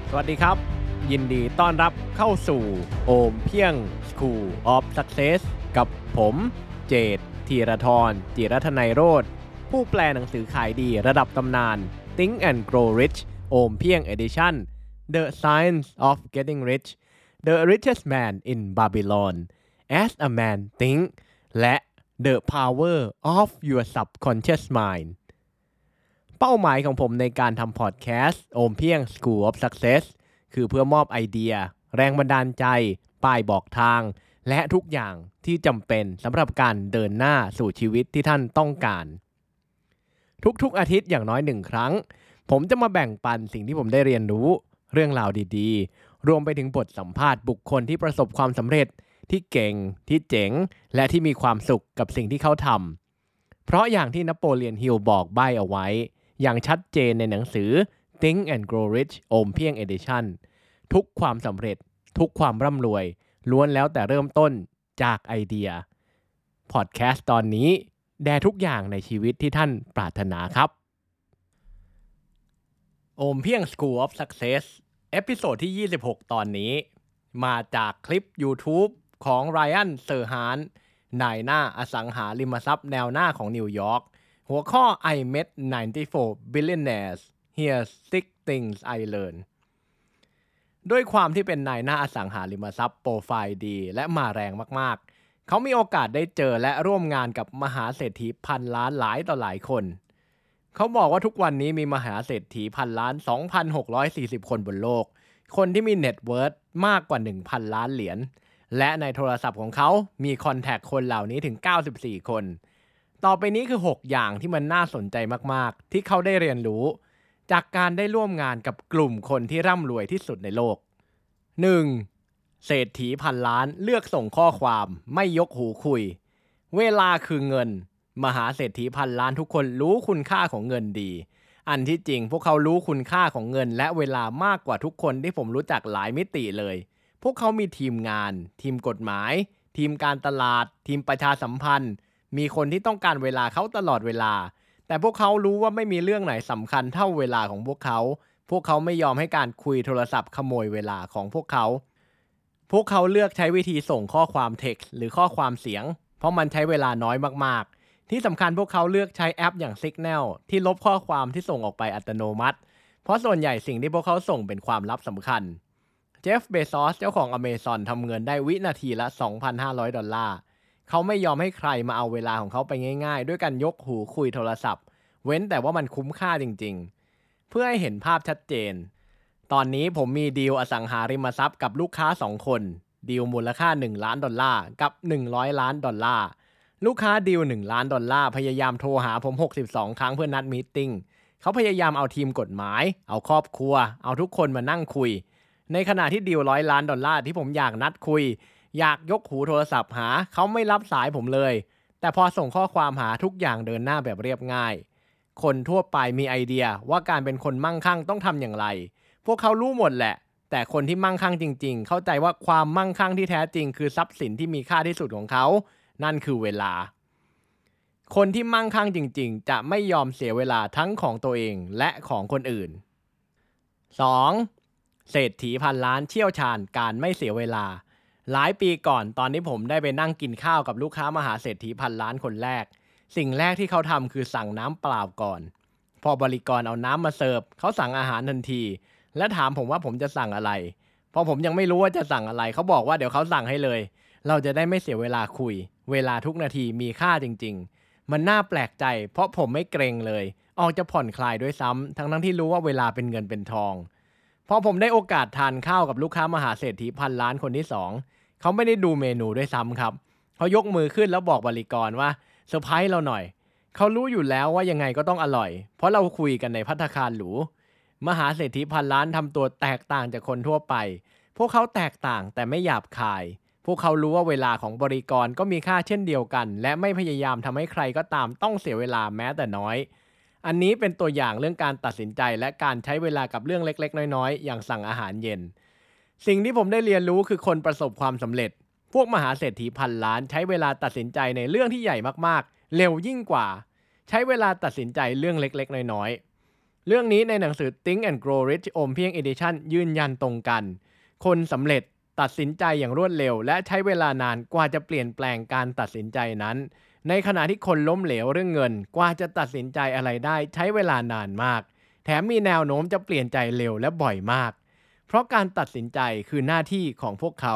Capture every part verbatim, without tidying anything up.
สวัสดีครับยินดีต้อนรับเข้าสู่โอมเพียง School of Success กับผมเจตธีรธรจิรัทนัยโรจน์ผู้แปลหนังสือขายดีระดับตำนาน Think and Grow Rich โอมเพียง Edition The Science of Getting Rich The Richest Man in Babylon As a Man Think และ The Power of Your Subconscious Mindเป้าหมายของผมในการทำพอดแคสต์โอมเพียง School of Success คือเพื่อมอบไอเดียแรงบันดาลใจป้ายบอกทางและทุกอย่างที่จำเป็นสำหรับการเดินหน้าสู่ชีวิตที่ท่านต้องการทุกๆอาทิตย์อย่างน้อยหนึ่งครั้งผมจะมาแบ่งปันสิ่งที่ผมได้เรียนรู้เรื่องราวดีๆรวมไปถึงบทสัมภาษณ์บุคคลที่ประสบความสำเร็จที่เก่งที่เจ๋งและที่มีความสุขกับสิ่งที่เขาทำเพราะอย่างที่นโปเลียนฮิลบอกใบ้เอาไว้อย่างชัดเจนในหนังสือ Think and Grow Rich โอมเพียง Edition ทุกความสำเร็จทุกความร่ำรวยล้วนแล้วแต่เริ่มต้นจากไอเดียพอดแคสต์ตอนนี้แด่ทุกอย่างในชีวิตที่ท่านปรารถนาครับโอมเพียง School of Success เอพิโซดที่ยี่สิบหกตอนนี้มาจากคลิป YouTube ของ Ryan Serhant นายหน้าอสังหาริมทรัพย์แนวหน้าของนิวยอร์กหัวข้อ I met ninety-four billionaires Here's six things I learned ด้วยความที่เป็นนายหน้าอสังหาริมทรัพย์โปรไฟล์ดีและมาแรงมากๆเขามีโอกาสได้เจอและร่วมงานกับมหาเศรษฐีพันล้านหลายต่อหลายคนเขาบอกว่าทุกวันนี้มีมหาเศรษฐีพันล้าน สองพันหกร้อยสี่สิบ คนบนโลกคนที่มีเน็ตเวิร์ธมากกว่า หนึ่งพัน ล้านเหรียญและในโทรศัพท์ของเขามีคอนแทคคนเหล่านี้ถึงเก้าสิบสี่คนต่อไปนี้คือหกอย่างที่มันน่าสนใจมากๆที่เขาได้เรียนรู้จากการได้ร่วมงานกับกลุ่มคนที่ร่ำรวยที่สุดในโลก หนึ่ง. เศรษฐีพันล้านเลือกส่งข้อความไม่ยกหูคุยเวลาคือเงินมหาเศรษฐีพันล้านทุกคนรู้คุณค่าของเงินดีอันที่จริงพวกเขารู้คุณค่าของเงินและเวลามากกว่าทุกคนที่ผมรู้จักหลายมิติเลยพวกเขามีทีมงานทีมกฎหมายทีมการตลาดทีมประชาสัมพันธ์มีคนที่ต้องการเวลาเขาตลอดเวลาแต่พวกเขารู้ว่าไม่มีเรื่องไหนสำคัญเท่าเวลาของพวกเขาพวกเขาไม่ยอมให้การคุยโทรศัพท์ขโมยเวลาของพวกเขาพวกเขาเลือกใช้วิธีส่งข้อความเท็กซ์หรือข้อความเสียงเพราะมันใช้เวลาน้อยมากๆที่สำคัญพวกเขาเลือกใช้แอปอย่าง Signal ที่ลบข้อความที่ส่งออกไปอัตโนมัติเพราะส่วนใหญ่สิ่งที่พวกเขาส่งเป็นความลับสำคัญเจฟ เบซอสเจ้าของ Amazon ทำเงินได้วินาทีละ สองพันห้าร้อย ดอลลาร์เขาไม่ยอมให้ใครมาเอาเวลาของเขาไปง่ายๆด้วยการยกหูคุยโทรศัพท์เว้นแต่ว่ามันคุ้มค่าจริงๆเพื่อให้เห็นภาพชัดเจนตอนนี้ผมมีดีลอสังหาริมทรัพย์กับลูกค้าสองคนดีลมูลค่าหนึ่งล้านดอลลาร์กับหนึ่งร้อยล้านดอลลาร์ลูกค้าดีลหนึ่งล้านดอลลาร์พยายามโทรหาผมหกสิบสองครั้งเพื่อนัดมีตติ้งเขาพยายามเอาทีมกฎหมายเอาครอบครัวเอาทุกคนมานั่งคุยในขณะที่ดีลร้อยล้านดอลลาร์ที่ผมอยากนัดคุยอยากยกหูโทรศัพท์หาเขาไม่รับสายผมเลยแต่พอส่งข้อความหาทุกอย่างเดินหน้าแบบเรียบง่ายคนทั่วไปมีไอเดียว่าการเป็นคนมั่งคั่งต้องทำอย่างไรพวกเขารู้หมดแหละแต่คนที่มั่งคั่งจริงๆเข้าใจว่าความมั่งคั่งที่แท้จริงคือทรัพย์สินที่มีค่าที่สุดของเขานั่นคือเวลาคนที่มั่งคั่งจริงๆจะไม่ยอมเสียเวลาทั้งของตัวเองและของคนอื่น สอง. เศรษฐีพันล้านเชี่ยวชาญการไม่เสียเวลาหลายปีก่อนตอนที่ผมได้ไปนั่งกินข้าวกับลูกค้ามหาเศรษฐีพันล้านคนแรกสิ่งแรกที่เขาทำคือสั่งน้ำเปล่าก่อนพอบริกรเอาน้ำมาเสิร์ฟเขาสั่งอาหารทันทีและถามผมว่าผมจะสั่งอะไรพอผมยังไม่รู้ว่าจะสั่งอะไรเขาบอกว่าเดี๋ยวเขาสั่งให้เลยเราจะได้ไม่เสียเวลาคุยเวลาทุกนาทีมีค่าจริงๆมันน่าแปลกใจเพราะผมไม่เกรงเลยออกจะผ่อนคลายด้วยซ้ำทั้งๆที่รู้ว่าเวลาเป็นเงินเป็นทองพอผมได้โอกาสทานข้าวกับลูกค้ามหาเศรษฐีพันล้านคนที่สองเขาไม่ได้ดูเมนูด้วยซ้ำครับเขายกมือขึ้นแล้วบอกบริกรว่าเซอร์ไพรส์เราหน่อยเขารู้อยู่แล้วว่ายังไงก็ต้องอร่อยเพราะเราคุยกันในภัตตาคารหรูมหาเศรษฐีพันล้านทำตัวแตกต่างจากคนทั่วไปพวกเขาแตกต่างแต่ไม่หยาบคายพวกเขารู้ว่าเวลาของบริกรก็มีค่าเช่นเดียวกันและไม่พยายามทำให้ใครก็ตามต้องเสียเวลาแม้แต่น้อยอันนี้เป็นตัวอย่างเรื่องการตัดสินใจและการใช้เวลากับเรื่องเล็กๆน้อยๆอย่างสั่งอาหารเย็นสิ่งที่ผมได้เรียนรู้คือคนประสบความสำเร็จพวกมหาเศรษฐีพันล้านใช้เวลาตัดสินใจในเรื่องที่ใหญ่มากๆเร็วยิ่งกว่าใช้เวลาตัดสินใจเรื่องเล็กๆน้อยๆเรื่องนี้ในหนังสือ Think and Grow Rich อมเพียง Edition ยืนยันตรงกันคนสำเร็จตัดสินใจอย่างรวดเร็วและใช้เวลานานกว่าจะเปลี่ยนแปลงการตัดสินใจนั้นในขณะที่คนล้มเหลวเรื่องเงินกว่าจะตัดสินใจอะไรได้ใช้เวลานานมากแถมมีแนวโน้มจะเปลี่ยนใจเร็วและบ่อยมากเพราะการตัดสินใจคือหน้าที่ของพวกเขา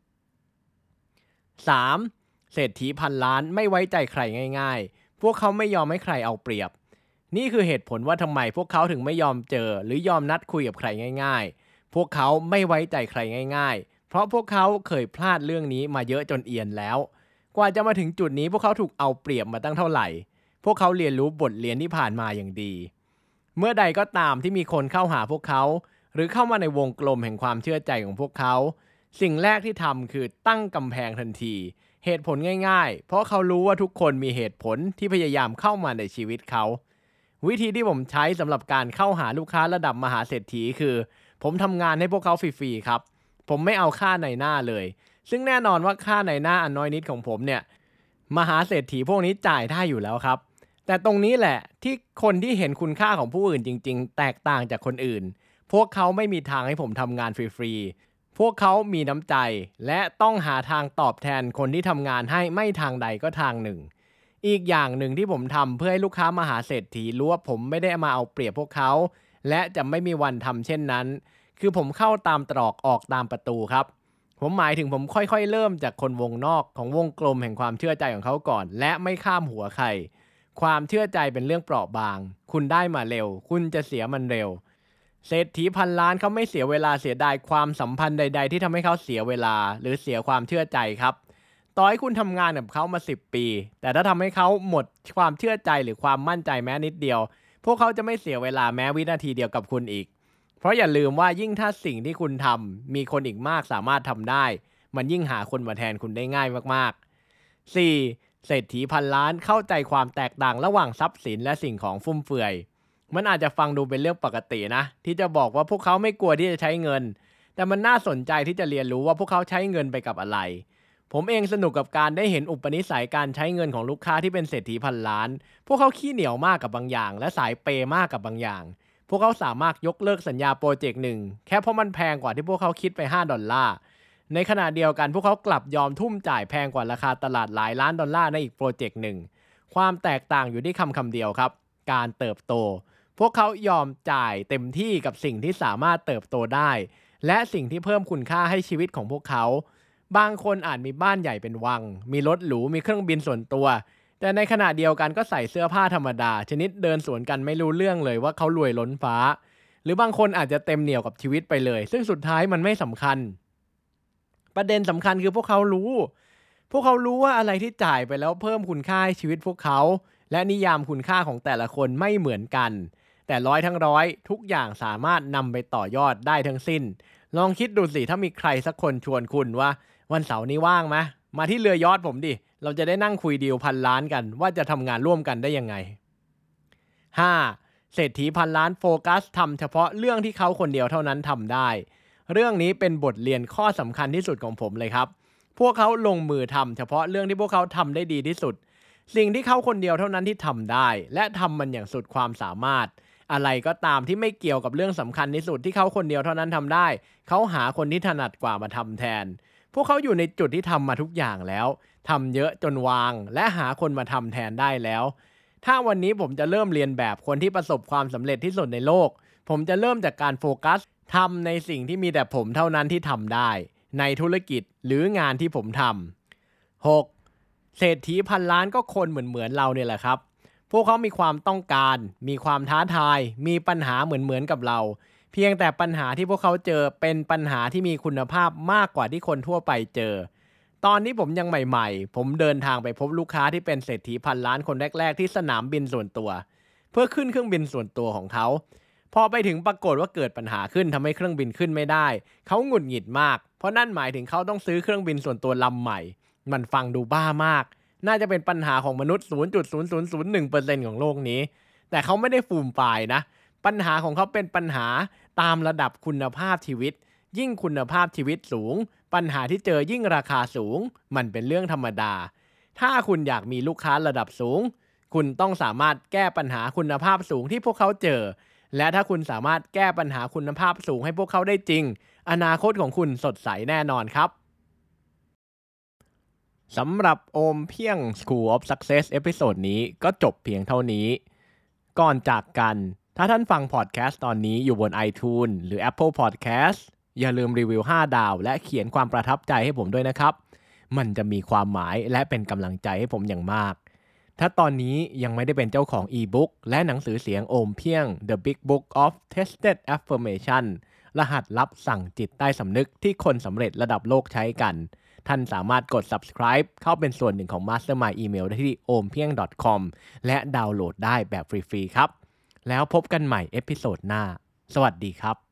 สาม. เศรษฐีพันล้านไม่ไว้ใจใครง่ายๆพวกเขาไม่ยอมให้ใครเอาเปรียบนี่คือเหตุผลว่าทำไมพวกเขาถึงไม่ยอมเจอหรือยอมนัดคุยกับใครง่ายๆพวกเขาไม่ไว้ใจใครง่ายๆเพราะพวกเขาเคยพลาดเรื่องนี้มาเยอะจนเอียนแล้วกว่าจะมาถึงจุดนี้พวกเขาถูกเอาเปรียบมาตั้งเท่าไหร่พวกเขาเรียนรู้บทเรียนที่ผ่านมาอย่างดีเมื่อใดก็ตามที่มีคนเข้าหาพวกเขาหรือเข้ามาในวงกลมแห่งความเชื่อใจของพวกเขาสิ่งแรกที่ทำคือตั้งกำแพงทันทีเหตุผลง่ายๆเพราะเขารู้ว่าทุกคนมีเหตุผลที่พยายามเข้ามาในชีวิตเขาวิธีที่ผมใช้สำหรับการเข้าหาลูกค้าระดับมหาเศรษฐีคือผมทำงานให้พวกเขาฟรีๆครับผมไม่เอาค่าในหน้าเลยซึ่งแน่นอนว่าค่าในหน้าอันน้อยนิดของผมเนี่ยมหาเศรษฐีพวกนี้จ่ายได้อยู่แล้วครับแต่ตรงนี้แหละที่คนที่เห็นคุณค่าของผู้อื่นจริงๆแตกต่างจากคนอื่นพวกเขาไม่มีทางให้ผมทำงานฟรีๆพวกเขามีน้ำใจและต้องหาทางตอบแทนคนที่ทำงานให้ไม่ทางใดก็ทางหนึ่งอีกอย่างหนึ่งที่ผมทำเพื่อให้ลูกค้ามหาเศรษฐีรู้ว่าผมไม่ได้มาเอาเปรียบพวกเขาและจะไม่มีวันทำเช่นนั้นคือผมเข้าตามตรอกออกตามประตูครับผมหมายถึงผมค่อยๆเริ่มจากคนวงนอกของวงกลมแห่งความเชื่อใจของเขาก่อนและไม่ข้ามหัวใครความเชื่อใจเป็นเรื่องเปราะบางคุณได้มาเร็วคุณจะเสียมันเร็วเศรษฐีพันล้านเขาไม่เสียเวลาเสียดายความสัมพันธ์ใดๆที่ทำให้เขาเสียเวลาหรือเสียความเชื่อใจครับต่อให้คุณทำงานกับเขามาสิบปีแต่ถ้าทำให้เขาหมดความเชื่อใจหรือความมั่นใจแม้นิดเดียวพวกเขาจะไม่เสียเวลาแม้วินาทีเดียวกับคุณอีกเพราะอย่าลืมว่ายิ่งถ้าสิ่งที่คุณทำมีคนอีกมากสามารถทำได้มันยิ่งหาคนมาแทนคุณได้ง่ายมากๆ สี่. เศรษฐีพันล้านเข้าใจความแตกต่างระหว่างทรัพย์สินและสิ่งของฟุ่มเฟือยมันอาจจะฟังดูเป็นเรื่องปกตินะที่จะบอกว่าพวกเขาไม่กลัวที่จะใช้เงินแต่มันน่าสนใจที่จะเรียนรู้ว่าพวกเขาใช้เงินไปกับอะไรผมเองสนุกกับการได้เห็นอุปนิสัยการใช้เงินของลูกค้าที่เป็นเศรษฐีพันล้านพวกเขาขี้เหนียวมากกับบางอย่างและสายเปย์มากกับบางอย่างพวกเขาสามารถยกเลิกสัญญาโปรเจกต์หนึ่งแค่เพราะมันแพงกว่าที่พวกเขาคิดไปห้าดอลลาร์ในขณะเดียวกันพวกเขากลับยอมทุ่มจ่ายแพงกว่าราคาตลาดหลายล้านดอลลาร์ในอีกโปรเจกต์หนึ่งความแตกต่างอยู่ที่คำคำเดียวครับการเติบโตพวกเขายอมจ่ายเต็มที่กับสิ่งที่สามารถเติบโตได้และสิ่งที่เพิ่มคุณค่าให้ชีวิตของพวกเขาบางคนอาจมีบ้านใหญ่เป็นวังมีรถหรูมีเครื่องบินส่วนตัวแต่ในขณะเดียวกันก็ใส่เสื้อผ้าธรรมดาชนิดเดินสวนกันไม่รู้เรื่องเลยว่าเขารวยล้นฟ้าหรือบางคนอาจจะเต็มเหนี่ยวกับชีวิตไปเลยซึ่งสุดท้ายมันไม่สำคัญประเด็นสำคัญคือพวกเขารู้พวกเขารู้ว่าอะไรที่จ่ายไปแล้วเพิ่มคุณค่าให้ชีวิตพวกเขาและนิยามคุณค่าของแต่ละคนไม่เหมือนกันแต่ร้อยทั้งร้อยทุกอย่างสามารถนำไปต่อยอดได้ทั้งสิ้นลองคิดดูสิถ้ามีใครสักคนชวนคุณว่าวันเสาร์นี้ว่างไหมมาที่เรือยอชต์ผมดิเราจะได้นั่งคุยดีลพันล้านกันว่าจะทำงานร่วมกันได้ยังไง ห้า. เศรษฐีพันล้านโฟกัสทำเฉพาะเรื่องที่เขาคนเดียวเท่านั้นทำได้เรื่องนี้เป็นบทเรียนข้อสำคัญที่สุดของผมเลยครับพวกเขาลงมือทำเฉพาะเรื่องที่พวกเขาทำได้ดีที่สุดสิ่งที่เขาคนเดียวเท่านั้นที่ทำได้และทำมันอย่างสุดความสามารถอะไรก็ตามที่ไม่เกี่ยวกับเรื่องสำคัญที่สุดที่เขาคนเดียวเท่านั้นทำได้เขาหาคนที่ถนัดกว่ามาทำแทนพวกเขาอยู่ในจุดที่ทำมาทุกอย่างแล้วทำเยอะจนวางและหาคนมาทำแทนได้แล้วถ้าวันนี้ผมจะเริ่มเรียนแบบคนที่ประสบความสำเร็จที่สุดในโลกผมจะเริ่มจากการโฟกัสทำในสิ่งที่มีแต่ผมเท่านั้นที่ทำได้ในธุรกิจหรืองานที่ผมทำ หก. เศรษฐีพันล้านก็คนเหมือนเหมือนเราเนี่ยแหละครับพวกเขามีความต้องการมีความท้าทายมีปัญหาเหมือนเหมือนกับเราเพียงแต่ปัญหาที่พวกเขาเจอเป็นปัญหาที่มีคุณภาพมากกว่าที่คนทั่วไปเจอตอนนี้ผมยังใหม่ๆผมเดินทางไปพบลูกค้าที่เป็นเศรษฐีพันล้านคนแรกๆที่สนามบินส่วนตัวเพื่อขึ้นเครื่องบินส่วนตัวของเขาพอไปถึงปรากฏว่าเกิดปัญหาขึ้นทำให้เครื่องบินขึ้นไม่ได้เขาหงุดหงิดมากเพราะนั่นหมายถึงเขาต้องซื้อเครื่องบินส่วนตัวลำใหม่มันฟังดูบ้ามากน่าจะเป็นปัญหาของมนุษย์ ศูนย์จุดศูนย์ศูนย์ศูนย์หนึ่งเปอร์เซ็นต์ ของโลกนี้แต่เขาไม่ได้ฟูมฟายนะปัญหาของเขาเป็นปัญหาตามระดับคุณภาพชีวิตยิ่งคุณภาพชีวิตสูงปัญหาที่เจอยิ่งราคาสูงมันเป็นเรื่องธรรมดาถ้าคุณอยากมีลูกค้าระดับสูงคุณต้องสามารถแก้ปัญหาคุณภาพสูงที่พวกเขาเจอและถ้าคุณสามารถแก้ปัญหาคุณภาพสูงให้พวกเขาได้จริงอนาคตของคุณสดใสแน่นอนครับสำหรับโอมเพียง School of Success เอพิโซดนี้ก็จบเพียงเท่านี้ก่อนจากกันถ้าท่านฟังพอดแคสต์ตอนนี้อยู่บน iTunes หรือ Apple Podcast อย่าลืมรีวิวห้าดาวและเขียนความประทับใจให้ผมด้วยนะครับมันจะมีความหมายและเป็นกำลังใจให้ผมอย่างมากถ้าตอนนี้ยังไม่ได้เป็นเจ้าของอีบุ๊กและหนังสือเสียงโอมเพียง The Big Book of Tested Affirmation รหัสลับสั่งจิตใต้สำนึกที่คนสำเร็จระดับโลกใช้กันท่านสามารถกด Subscribe เข้าเป็นส่วนหนึ่งของ Mastermind Email ได้ที่ โอมเพียง ดอท คอม และดาวน์โหลดได้แบบฟรีๆครับแล้วพบกันใหม่เอพิโซดหน้าสวัสดีครับ